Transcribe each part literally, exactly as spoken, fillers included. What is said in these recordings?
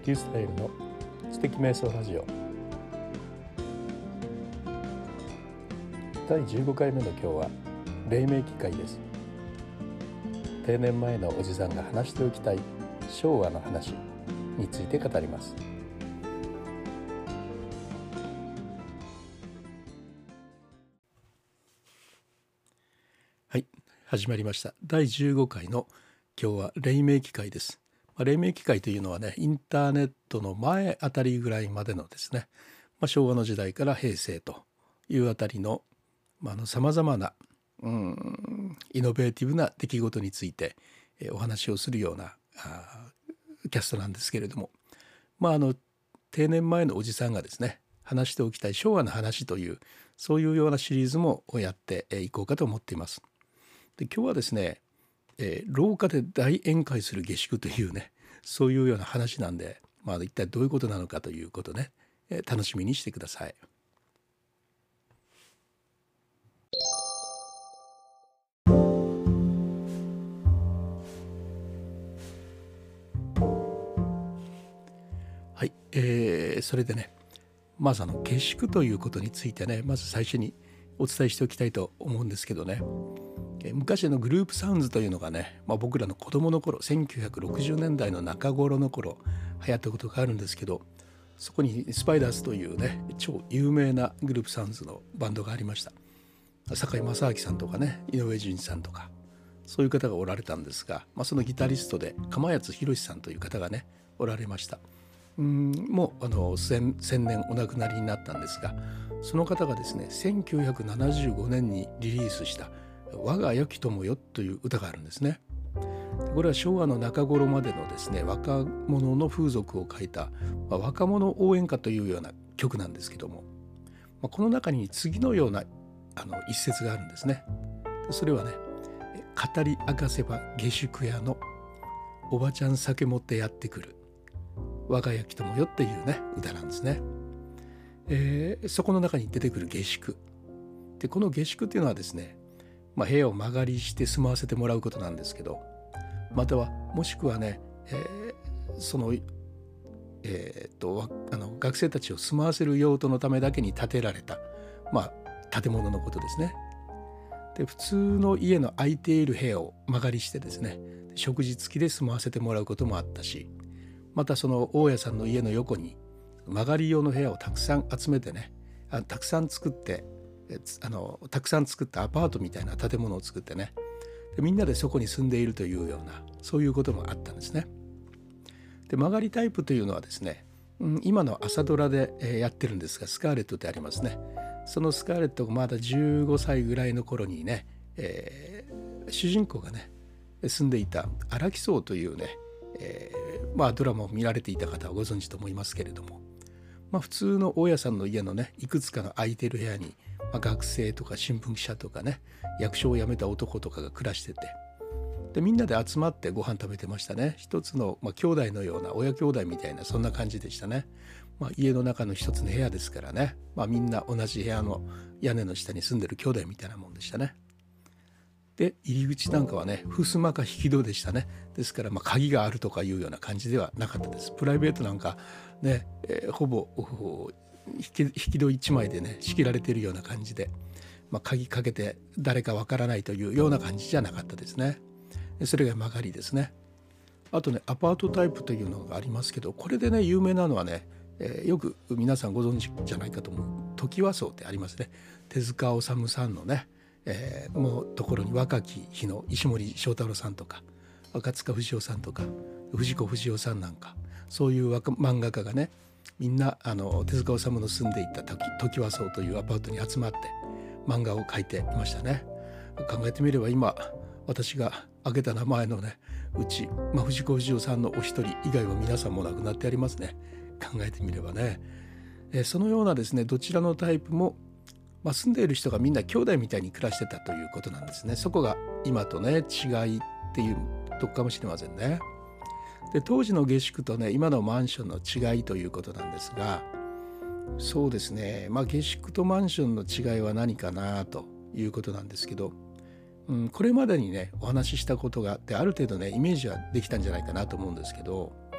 ティスタイルの知的瞑想ラジオだいじゅうごかいめの今日は黎明期会です。定年前のおじさんが話しておきたい昭和の話について語ります。はい、始まりました。だいじゅうごかいの今日は黎明期会です。まあ、黎明期会というのはね、インターネットの前あたりぐらいまでのですね、まあ、昭和の時代から平成というあたりのさまざまなうんイノベーティブな出来事について、えー、お話をするようなあキャストなんですけれども、まああの定年前のおじさんがですね話しておきたい昭和の話というそういうようなシリーズもやっていこうかと思っています。で今日はですね、えー、廊下で大宴会する下宿というねそういうような話なんで、まあ、一体どういうことなのかということね、えー、楽しみにしてください。はい、えー、それでねまずあの下宿ということについてねまず最初にお伝えしておきたいと思うんですけどね、えー、昔のグループサウンズというのがね、まあ、僕らの子供の頃せんきゅうひゃくろくじゅうねんだいの中頃の頃流行ったことがあるんですけど、そこにスパイダースというね超有名なグループサウンズのバンドがありました。堺正明さんとかね井上順さんとかそういう方がおられたんですが、まあ、そのギタリストで釜谷博さんという方がねおられました。うんもうあの先年お亡くなりになったんですが、その方がですねせんきゅうひゃくななじゅうごねんにリリースした「我が良き友よ」という歌があるんですね。これは昭和の中頃までのですね若者の風俗を書いた、まあ、若者応援歌というような曲なんですけども、まあ、この中に次のようなあの一節があるんですね。それはね「語り明かせば下宿屋のおばちゃん酒持ってやってくる我が焼き友よ」っていうね歌なんですね。えー、そこの中に出てくる下宿で、この下宿っていうのはですね、まあ、部屋を間借りして住まわせてもらうことなんですけど、またはもしくはね、えー、その、えー、っとあの学生たちを住まわせる用途のためだけに建てられた、まあ、建物のことですね。で普通の家の空いている部屋を間借りしてですね食事付きで住まわせてもらうこともあったし、またその大家さんの家の横に間借り用の部屋をたくさん集めてねあたくさん作ってあのたくさん作ったアパートみたいな建物を作ってねでみんなでそこに住んでいるというようなそういうこともあったんですね。で間借りタイプというのはですね、うん、今の朝ドラで、えー、やってるんですがスカーレットってありますね。そのスカーレットがまだじゅうごさいぐらいの頃にね、えー、主人公がね住んでいた荒木荘というね、えー、まあドラマを見られていた方はご存知と思いますけれども、まあ、普通の大家さんの家のねいくつかの空いている部屋に、まあ、学生とか新聞記者とかね役所を辞めた男とかが暮らしてて、でみんなで集まってご飯食べてましたね。一つの、まあ、兄弟のような親兄弟みたいなそんな感じでしたね。まあ、家の中の一つの部屋ですからね、まあ、みんな同じ部屋の屋根の下に住んでる兄弟みたいなもんでしたね。で入り口なんかはね襖か引き戸でしたね。ですからまあ鍵があるとかいうような感じではなかったです。プライベートなんかね、えー、ほぼ引き、引き戸一枚でね仕切られているような感じで、まあ、鍵かけて誰かわからないというような感じじゃなかったですね。それが間借りですね。あとねアパートタイプというのがありますけど、これでね有名なのはね、えー、よく皆さんご存知じゃないかと思うトキワ荘ってありますね。手塚治虫さんのねえー、もうところに若き日の石森章太郎さんとか赤塚不二夫さんとか藤子不二雄さんなんかそういう若漫画家がねみんなあの手塚治虫の住んでいたトキワ荘というアパートに集まって漫画を描いていましたね。考えてみれば今私が挙げた名前のねうち、まあ、藤子不二雄さんのお一人以外は皆さんも亡くなってありますね。考えてみればね、えー、そのようなですねどちらのタイプもまあ、住んでいる人がみんな兄弟みたいに暮らしてたということなんですね。そこが今とね違いっていうとこかもしれませんね。で当時の下宿とね今のマンションの違いということなんですが、そうですね、まあ、下宿とマンションの違いは何かなということなんですけど、うん、これまでにねお話ししたことがあってある程度ねイメージはできたんじゃないかなと思うんですけど、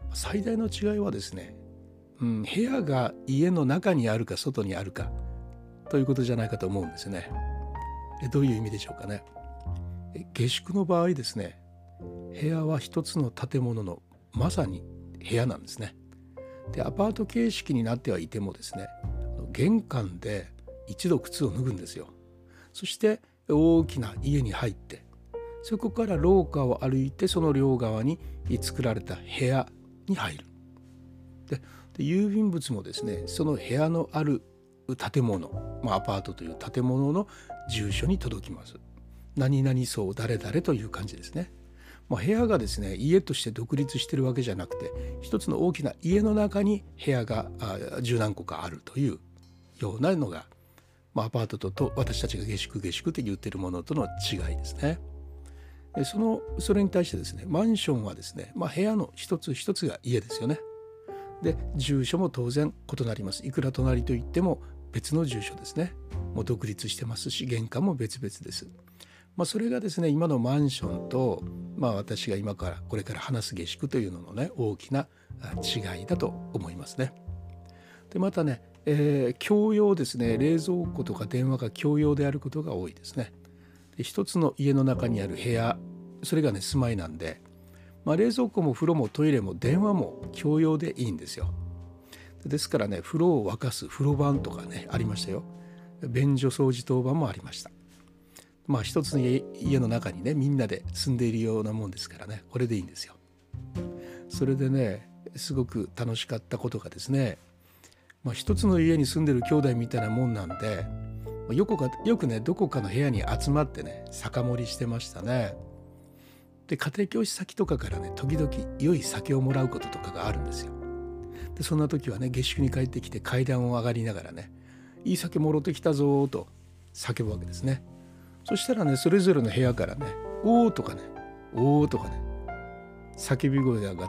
最大の違いはですね、うん、部屋が家の中にあるか外にあるかということじゃないかと思うんですね。どういう意味でしょうかね。下宿の場合ですね、部屋は一つの建物のまさに部屋なんですね。でアパート形式になってはいてもですね、玄関で一度靴を脱ぐんですよ。そして大きな家に入って、そこから廊下を歩いてその両側に作られた部屋に入る。でで郵便物もですね、その部屋のある建物、まあ、アパートという建物の住所に届きます。何々層誰々という感じですね。まあ、部屋がですね、家として独立しているわけじゃなくて、一つの大きな家の中に部屋が十何個かあるというようなのが、まあ、アパートとと私たちが下宿下宿って言っているものとの違いですね。そのそれに対してですね、マンションはですね、まあ、部屋の一つ一つが家ですよね。で住所も当然異なります。いくら隣といっても別の住所ですね。もう独立してますし、玄関も別々です。まあ、それがですね、今のマンションと、まあ、私が今からこれから話す下宿というののね、大きな違いだと思いますね。でまたね、えー、共用ですね。冷蔵庫とか電話が共用であることが多いですね。で一つの家の中にある部屋、それがね住まいなんで、まあ、冷蔵庫も風呂もトイレも電話も共用でいいんですよ。ですからね、風呂を沸かす風呂盤とかねありましたよ。便所掃除当番もありました。まあ一つの 家, 家の中にねみんなで住んでいるようなもんですからね、これでいいんですよ。それでね、すごく楽しかったことがですね、まあ、一つの家に住んでる兄弟みたいなもんなんで、よくかよくねどこかの部屋に集まってね酒盛りしてましたね。で家庭教師先とかからね時々良い酒をもらうこととかがあるんですよ。でそんな時はね下宿に帰ってきて階段を上がりながらね、いい酒もろってきたぞと叫ぶわけですね。そしたらね、それぞれの部屋からね、おーとかね、おーとかね、叫び声が上がって、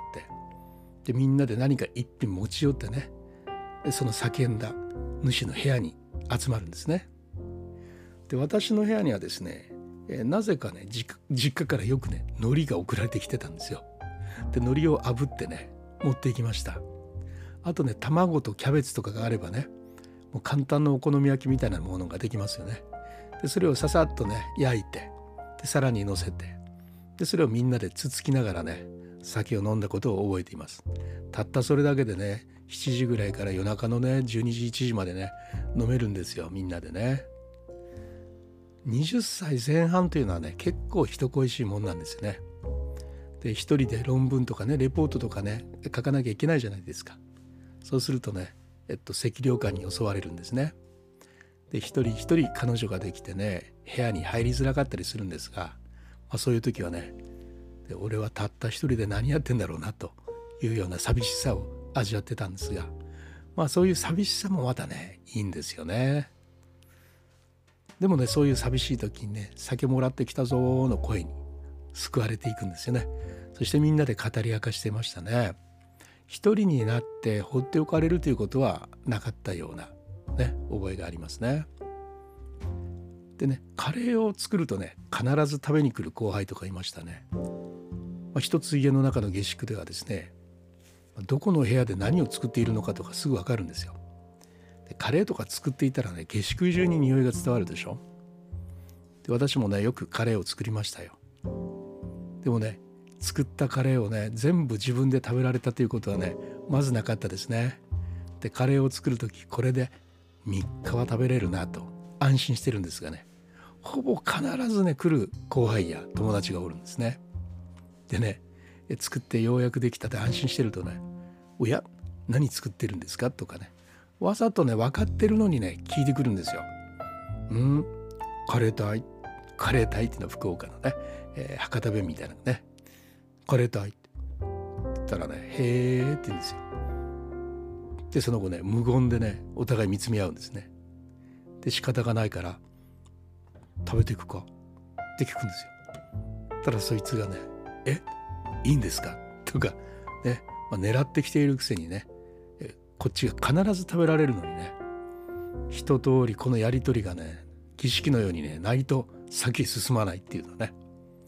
でみんなで何か一品持ち寄ってね、その叫んだ主の部屋に集まるんですね。で私の部屋にはですね、えー、なぜかね実家からよくね海苔が送られてきてたんですよ。で海苔を炙ってね持っていきました。あとね、卵とキャベツとかがあればね、もう簡単なお好み焼きみたいなものができますよね。でそれをささっとね焼いて、でさらに乗せて、でそれをみんなでつつきながらね酒を飲んだことを覚えています。たったそれだけでねしちじぐらいから夜中のねじゅうにじいちじまでね飲めるんですよ、みんなでね。はたちぜん半というのはね結構人恋しいもんなんですよね。で一人で論文とかねレポートとかね書かなきゃいけないじゃないですか。そうするとね、えっと、赤涼感に襲われるんですね。で一人一人彼女ができてね部屋に入りづらかったりするんですが、まあ、そういう時はね、で俺はたった一人で何やってんだろうなというような寂しさを味わってたんですが、まあそういう寂しさもまたねいいんですよね。でもね、そういう寂しい時にね酒もらってきたぞの声に救われていくんですよね。そしてみんなで語り明かしてましたね。一人になって放っておかれるということはなかったようなね覚えがありますね。でね、カレーを作るとね必ず食べに来る後輩とかいましたね。まあ、一つ家の中の下宿ではですね、どこの部屋で何を作っているのかとかすぐ分かるんですよ。でカレーとか作っていたらね下宿中に匂いが伝わるでしょ。で私もねよくカレーを作りましたよ。でもね、作ったカレーをね全部自分で食べられたということはねまずなかったですね。でカレーを作る時これでみっかは食べれるなと安心してるんですがね、ほぼ必ずね来る後輩や友達がおるんですね。でね、作ってようやくできたって安心してるとね、おや何作ってるんですかとかね、わざとね分かってるのにね聞いてくるんですよ。うんカレー隊カレー隊っていうのは福岡のね、えー、博多弁みたいなね、カレー隊って言ったらねへーって言うんですよ。でその後ね無言でねお互い見つめ合うんですね。で仕方がないから食べていくかって聞くんですよ。ただそいつがねえいいんですかとかね、まあ、狙ってきているくせにね、えこっちが必ず食べられるのにね、一通りこのやり取りがね儀式のようにねないと先へ進まないっていうのね、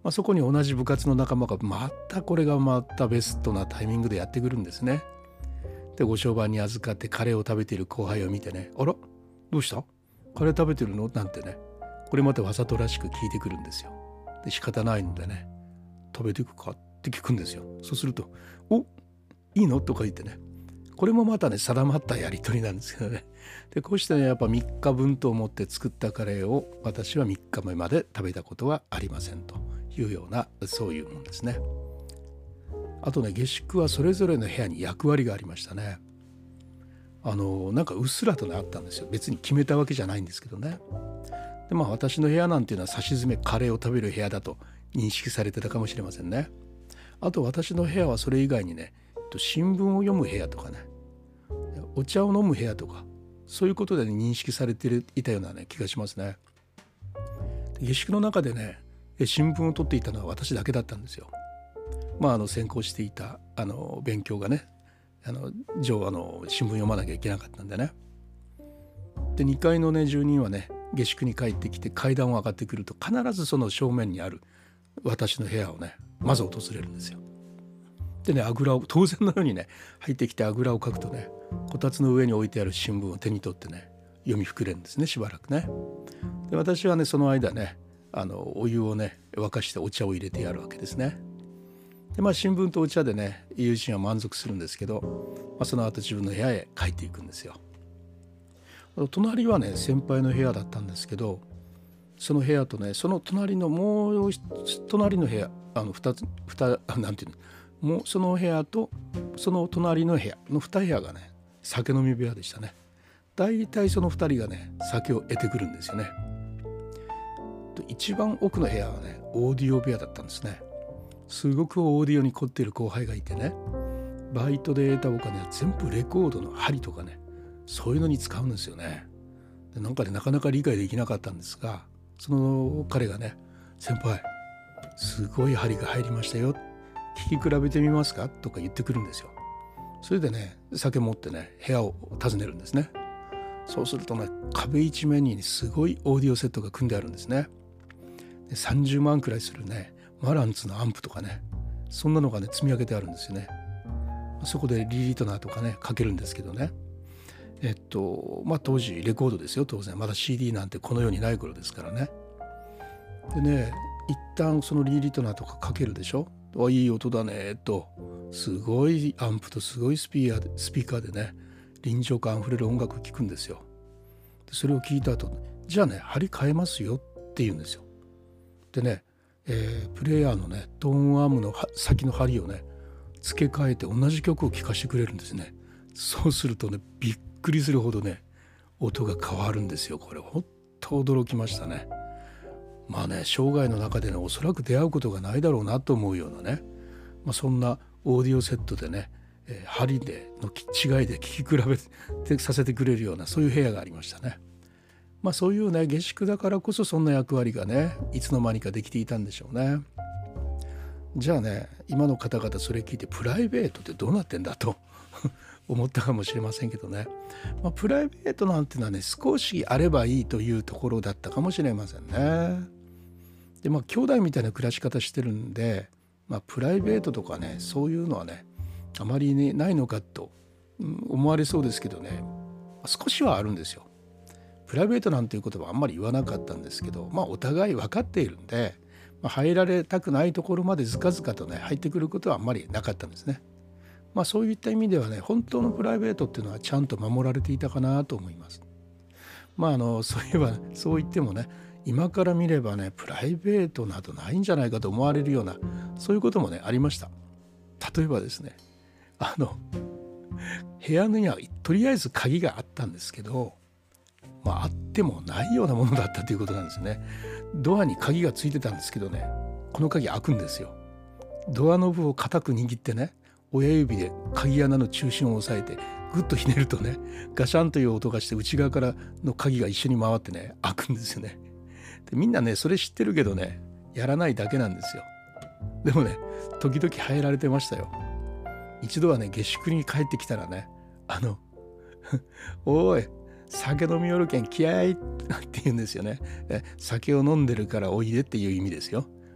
まあ、そこに同じ部活の仲間がまたこれがまたベストなタイミングでやってくるんですね。でご商売に預かってカレーを食べている後輩を見てね、あらどうしたカレー食べてるのなんてね、これまたわざとらしく聞いてくるんですよ。で仕方ないのでね、食べていくかって聞くんですよ。そうすると、おいいのとか言ってね、これもまたね定まったやり取りなんですけどね。でこうしてねやっぱみっかぶんと思って作ったカレーを私はみっかめまで食べたことはありませんというような、そういうもんですね。あとね、下宿はそれぞれの部屋に役割がありましたね。あのなんかうっすらとねあったんですよ。別に決めたわけじゃないんですけどね。でまあ私の部屋なんていうのはさしずめカレーを食べる部屋だと認識されてたかもしれませんね。あと私の部屋はそれ以外にね、新聞を読む部屋とかね、お茶を飲む部屋とか、そういうことで、ね、認識されていたような、ね、気がしますね。下宿の中でね、新聞を取っていたのは私だけだったんですよ。まあ、あの専攻していたあの勉強がね、あの上あの新聞読まなきゃいけなかったんでね。でにかいのね住人はね、下宿に帰ってきて階段を上がってくると必ずその正面にある私の部屋をねまず訪れるんですよ。でね、あぐらを当然のようにね入ってきてあぐらをかくとね、こたつの上に置いてある新聞を手に取ってね読み膨れるんですね、しばらくね。で私はねその間ね、あのお湯をね沸かしてお茶を入れてやるわけですね。でまあ新聞とお茶でね友人は満足するんですけど、まあ、その後自分の部屋へ帰っていくんですよ。隣はね先輩の部屋だったんですけど、その部屋とねその隣のもう隣の部屋、あの2つ2なんていうのもうその部屋とその隣の部屋のに部屋がね酒飲み部屋でしたね。だいたいそのふたりがね酒を得てくるんですよね。一番奥の部屋はねオーディオ部屋だったんですね。すごくオーディオに凝っている後輩がいてね、バイトで得たお金は全部レコードの針とかね、そういうのに使うんですよね。でなんかねなかなか理解できなかったんですが、その彼がね、先輩すごい針が入りましたよ、聞き比べてみますかとか言ってくるんですよ。それでね酒持ってね部屋を訪ねるんですね。そうするとね壁一面にすごいオーディオセットが組んであるんですね。でさんじゅうまんくらいするねマランツのアンプとかね、そんなのがね積み上げてあるんですよね。そこでリリートナーとかねかけるんですけどね、えっとまあ当時レコードですよ、当然まだ シーディー なんてこの世にない頃ですからね。でね一旦そのリリートナーとかかけるでしょ、あいい音だねと、すごいアンプとすごいスピーカーでスピーカーでね臨場感あふれる音楽を聴くんですよ。でそれを聞いた後、じゃあね針変えますよって言うんですよ。でね、えー、プレイヤーのねトーンアームの先の針をね付け替えて同じ曲を聴かせてくれるんですね。そうするとねびっくりするほどね音が変わるんですよ。これほんと驚きましたね。まあね生涯の中でねおそらく出会うことがないだろうなと思うようなね、まあ、そんなオーディオセットでね、えー、針での違いで聴き比べてさせてくれるようなそういう部屋がありましたね。まあそういうね下宿だからこそそんな役割がねいつの間にかできていたんでしょうね。じゃあね今の方々それ聞いてプライベートってどうなってんだと思ったかもしれませんけどね、まあ、プライベートなんてのはね少しあればいいというところだったかもしれませんね。でまあ兄弟みたいな暮らし方してるんで、まあ、プライベートとかねそういうのはねあまり、ね、ないのかと思われそうですけどね、少しはあるんですよ。プライベートなんていう言葉あんまり言わなかったんですけど、まあお互い分かっているんで、まあ、入られたくないところまでずかずかとね入ってくることはあんまりなかったんですね。まあそういった意味ではね本当のプライベートっていうのはちゃんと守られていたかなと思います。まああのそういえばそう言ってもね今から見ればねプライベートなどないんじゃないかと思われるようなそういうこともねありました。例えばですね、あの部屋にはとりあえず鍵があったんですけど、まあ、あってもないようなものだったということなんですね。ドアに鍵がついてたんですけどね、この鍵開くんですよ。ドアノブを固く握ってね親指で鍵穴の中心を押さえてグッとひねるとねガシャンという音がして内側からの鍵が一緒に回ってね開くんですよね。でみんなねそれ知ってるけどねやらないだけなんですよ。でもね時々入られてましたよ。一度はね下宿に帰ってきたらねあのおい酒飲みよるけん気合いって言うんですよね。酒を飲んでるからおいでっていう意味ですよ。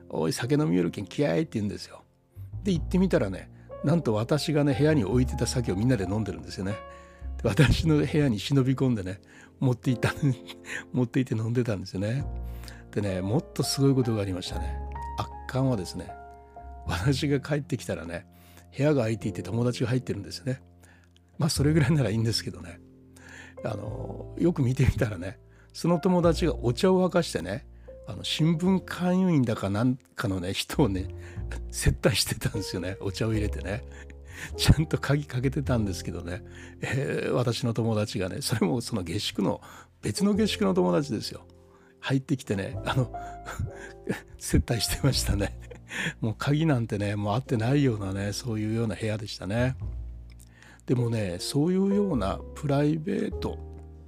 おい酒飲みよるけん気合いって言うんですよ。で行ってみたらね、なんと私がね部屋に置いてた酒をみんなで飲んでるんですよね。で私の部屋に忍び込んでね持っていった持っていって飲んでたんですよね。でね、もっとすごいことがありましたね。圧巻はですね、私が帰ってきたらね部屋が空いていて友達が入ってるんですよね。まあそれぐらいならいいんですけどね、あのよく見てみたらね、その友達がお茶を沸かしてね、あの新聞勧誘員だかなんかのね人をね接待してたんですよね。お茶を入れてね、ちゃんと鍵かけてたんですけどね、えー、私の友達がね、それもその下宿の別の下宿の友達ですよ、入ってきてね、あの接待してましたね。もう鍵なんてねもう合ってないようなね、そういうような部屋でしたね。でもね、そういうようなプライベート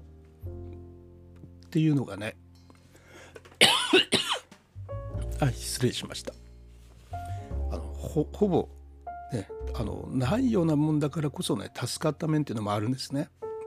っていうのがねあ、失礼しました。あの ほ, ほぼね、あのないようなもんだからこそね助かった面っていうのもあるんですね。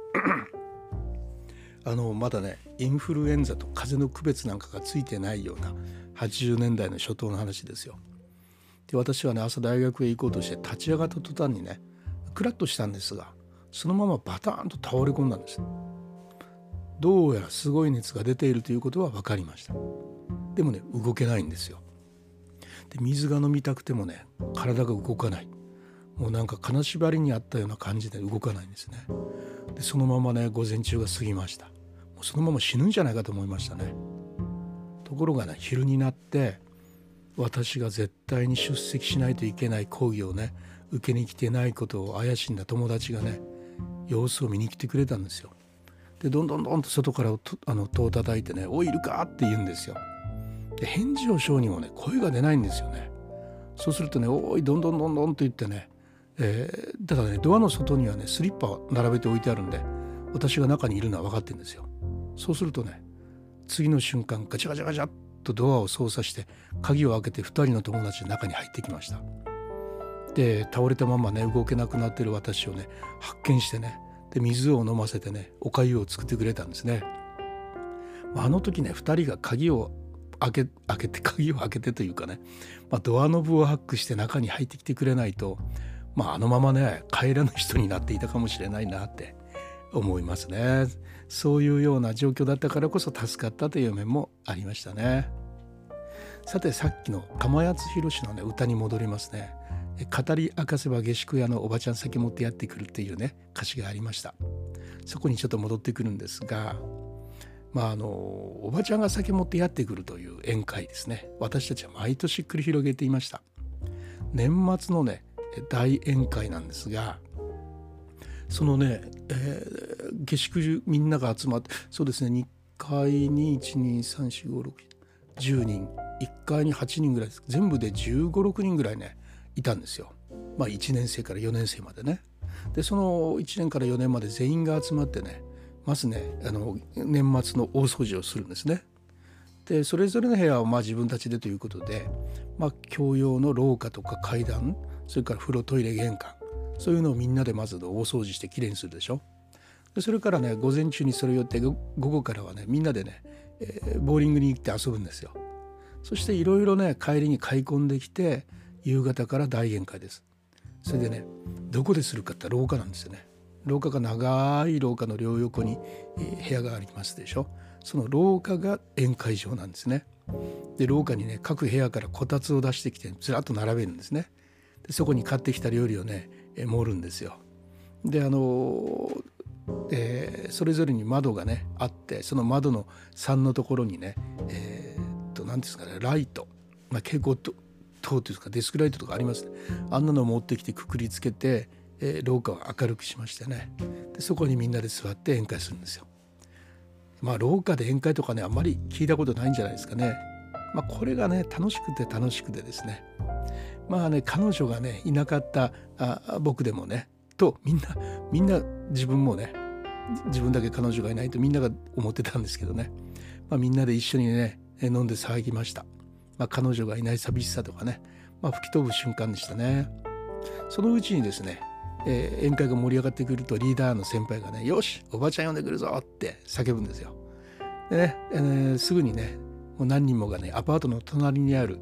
あのまだねインフルエンザと風邪の区別なんかがついてないようなはちじゅうねんだいの初頭の話ですよ。で私はね朝大学へ行こうとして立ち上がった途端にねクラッとしたんですが、そのままバターンと倒れ込んだんです。どうやらすごい熱が出ているということは分かりました。でもね動けないんですよ。で水が飲みたくてもね体が動かない。もうなんか金縛りにあったような感じで動かないんですね。でそのままね午前中が過ぎました。もうそのまま死ぬんじゃないかと思いましたね。ところがね昼になって私が絶対に出席しないといけない講義をね受けに来てないことを怪しんだ友達がね様子を見に来てくれたんですよ。でどんどんどんと外からとあの戸を叩いてね、おいいるかって言うんですよ。で返事をしようにもね声が出ないんですよね。そうするとね、おいどんどんどんどんと言ってね、えー、ただねドアの外にはねスリッパを並べて置いてあるんで私が中にいるのは分かってるんですよ。そうするとね次の瞬間ガチャガチャガチャっとドアを操作して鍵を開けてふたりの友達の中に入ってきました。で倒れたままね動けなくなっている私をね発見してね、で水を飲ませてねお粥を作ってくれたんですね。あの時ねふたりが鍵を開け開けて鍵を開けてというかね、まあ、ドアノブをハックして中に入ってきてくれないと、まあ、あのままね帰らぬ人になっていたかもしれないなって思いますね。そういうような状況だったからこそ助かったという面もありましたね。さてさっきの釜谷宏の、ね、歌に戻りますね。語り明かせば下宿屋のおばちゃん酒持ってやってくるっていうね歌詞がありました。そこにちょっと戻ってくるんですが、まあ、あのおばちゃんが酒持ってやってくるという宴会ですね、私たちは毎年繰り広げていました。年末のね大宴会なんですが、そのね、えー、下宿中みんなが集まって、そうですねにかいにいちにさんしごろくじゅうにん、いっかいにはちにんぐらいです。全部でじゅうごろくにんぐらいねいたんですよ。まあいちねん生からよねん生までね。でそのいちねんからよねんまで全員が集まってね、まずねあの年末の大掃除をするんですね。でそれぞれの部屋をまあ自分たちでということで、まあ、共用の廊下とか階段、それから風呂トイレ玄関、そういうのをみんなでまず大掃除してきれいにするでしょ。でそれからね午前中にそれをやって午後からはねみんなでね、えー、ボーリングに行って遊ぶんですよ。そしていろいろね帰りに買い込んできて夕方から大宴会です。それでねどこでするかって廊下なんですよね。廊下が長い廊下の両横に、えー、部屋がありますでしょ。その廊下が宴会場なんですね。で廊下にね各部屋からこたつを出してきてずらっと並べるんですね。でそこに買ってきた料理をね、えー、盛るんですよ。であのーえー、それぞれに窓がねあって、その窓のさんのところにね、えー、っと何ですかねライト、まあ、蛍光灯というかデスクライトとかありますね。あんなのを持ってきてくくりつけて、えー、廊下を明るくしましてね、でそこにみんなで座って宴会するんですよ。まあ廊下で宴会とかねあんまり聞いたことないんじゃないですかね。まあこれがね楽しくて楽しくてですね、まあね彼女がねいなかったあ僕でもねとみんなみんな自分もね自分だけ彼女がいないとみんなが思ってたんですけどね、まあ、みんなで一緒にね飲んで騒ぎました。まあ、彼女がいない寂しさとかね、まあ、吹き飛ぶ瞬間でしたね。そのうちにですね、えー、宴会が盛り上がってくるとリーダーの先輩がねよしおばちゃん呼んでくるぞって叫ぶんですよ。でね、えー、すぐにねもう何人もがねアパートの隣にある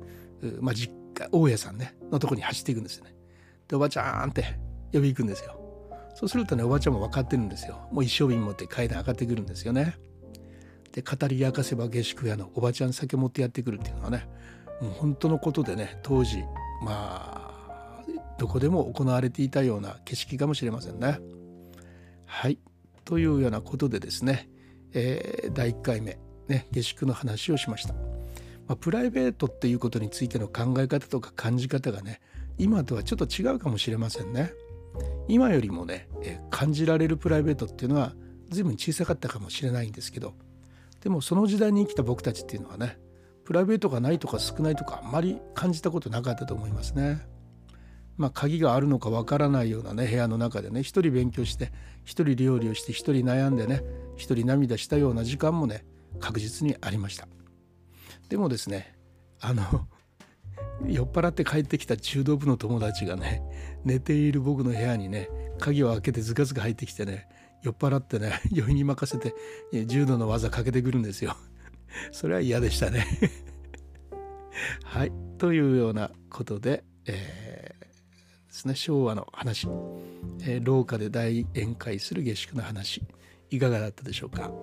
まあ、実家大家さんねのとこに走っていくんですよね。でおばちゃんって呼び行くんですよ。そうするとねおばちゃんも分かってるんですよ。もう一升瓶持って階段上がってくるんですよね。で語り明かせば下宿屋のおばちゃん酒持ってやってくるっていうのはねもう本当のことでね当時まあどこでも行われていたような景色かもしれませんね。はいというようなことでですね、えー、だいいっかいめ、ね、下宿の話をしました。まあ、プライベートっていうことについての考え方とか感じ方がね今とはちょっと違うかもしれませんね。今よりもね、えー、感じられるプライベートっていうのは随分小さかったかもしれないんですけど、でもその時代に生きた僕たちっていうのはねプライベートがないとか少ないとかあんまり感じたことなかったと思いますね。まあ鍵があるのかわからないようなね部屋の中でね一人勉強して一人料理をして一人悩んでね一人涙したような時間もね確実にありました。でもですねあの酔っ払って帰ってきた柔道部の友達がね寝ている僕の部屋にね鍵を開けてズカズカ入ってきてね酔っ払ってね酔いに任せて柔道の技かけてくるんですよ。それは嫌でしたね。はいというようなことで、えー、ですね昭和の話、えー、廊下で大宴会する下宿の話いかがだったでしょうか。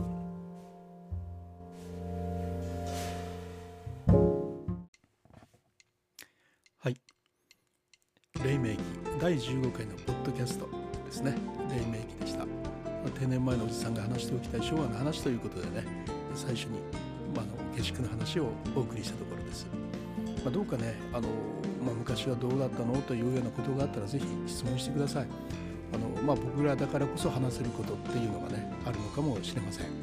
はい黎明期だいじゅうごかいのポッドキャストですね。黎明期でした。定年前のおじさんが話しておきたい昭和の話ということでね最初に、まあ、あの下宿の話をお送りしたところです。まあ、どうかねあの、まあ、昔はどうだったのというようなことがあったらぜひ質問してください。あの、まあ、僕らだからこそ話せることっていうのがねあるのかもしれません。え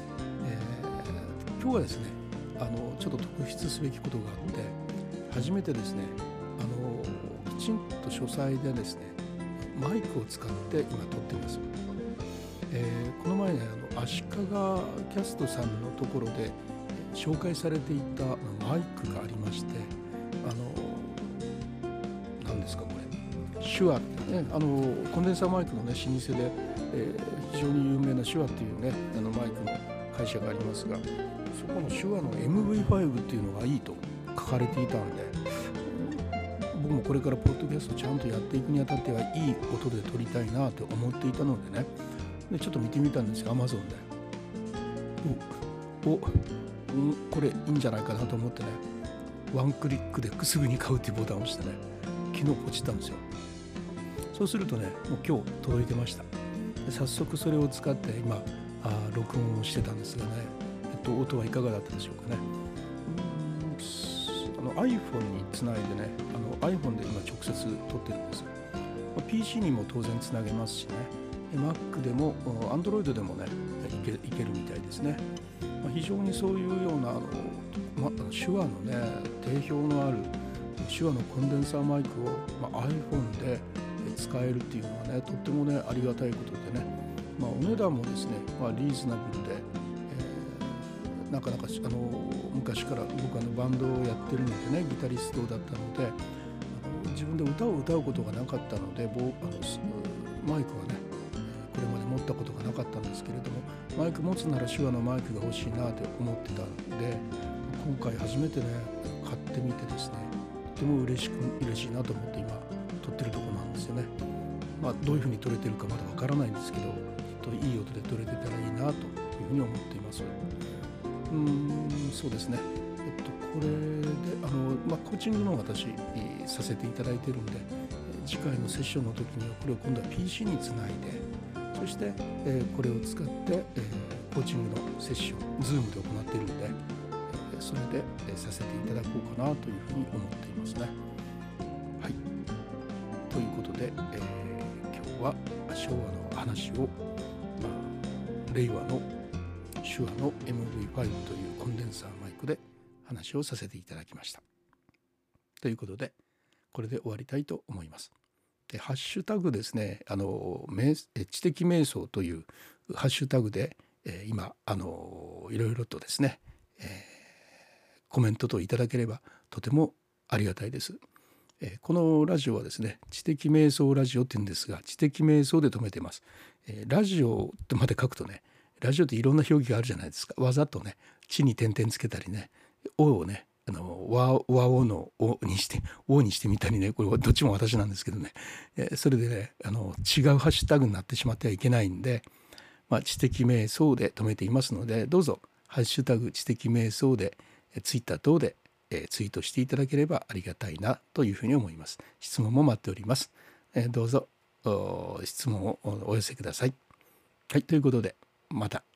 ー、今日はですねあのちょっと特筆すべきことがあって初めてですねあのきちんと書斎でですねマイクを使って今撮っています。えー、この前ねあの足利キャストさんのところで紹介されていたマイクがありましてあの何ですかこれ手話ってねあのコンデンサーマイクのね老舗で、えー、非常に有名な手話っていうねあのマイクの会社がありますがそこの手話の エムブイファイブ っていうのがいいと書かれていたんで僕もこれからポッドキャストちゃんとやっていくにあたってはいい音で撮りたいなと思っていたのでねでちょっと見てみたんですよ Amazon でおおこれいいんじゃないかなと思ってねワンクリックですぐに買うっていうボタンを押してね昨日ポチったんですよ。そうするとねもう今日届いてました。で早速それを使って今あ録音をしてたんですがね、えっと、音はいかがだったでしょうかね。うーんあの iPhone につないでねあの iPhone で今直接撮ってるんです。 ピーシー にも当然つなげますしね Mac でも Android でもねいけ、いけるみたいですね。まあ、非常にそういうようなあの、ま、手話のね定評のある手話のコンデンサーマイクを、まあ、iPhone で使えるっていうのはねとってもねありがたいことでね、まあ、お値段もですね、まあ、リーズナブルで、えー、なかなかあの昔から僕あのバンドをやってるのでねギタリストだったのであの自分で歌を歌うことがなかったのでボあのマイクはねこれまで持ったことがなかったんですけれどもマイク持つなら手話のマイクが欲しいなと思ってたんで今回初めてね買ってみてですねとても嬉しく嬉しいなと思って今撮ってるところなんですよね。まあどういうふうに撮れてるかまだわからないんですけどきっといい音で撮れてたらいいなというふうに思っています。うーんそうですねえっとこれであの、まあ、コーチングの私させていただいてるんで次回のセッションの時にはこれを今度は ピーシー につないでそして、えー、これを使って、えー、コーチングのセッション Zoom で行っているので、えー、それで、えー、させていただこうかなというふうに思っていますね。はい。ということで、えー、今日は昭和の話を、まあ、令和の手話の エムブイファイブ というコンデンサーマイクで話をさせていただきました。ということでこれで終わりたいと思います。でハッシュタグですねあの知的瞑想というハッシュタグで、えー、今あのいろいろとですね、えー、コメントといただければとてもありがたいです。えー、このラジオはですね知的瞑想ラジオって言うんですが知的瞑想で止めてます。えー、ラジオってまで書くとねラジオっていろんな表記があるじゃないですか。わざとね地に点々つけたりねおをねあの和和王の「お」にして「王」にしてみたりね、これはどっちも私なんですけどね、えそれでねあの違うハッシュタグになってしまってはいけないんで、まあ、知的瞑想で止めていますので、どうぞハッシュタグ知的瞑想でツイッター等でえツイートしていただければありがたいなというふうに思います。質問も待っております。えどうぞ質問をお寄せください。はい、ということでまた。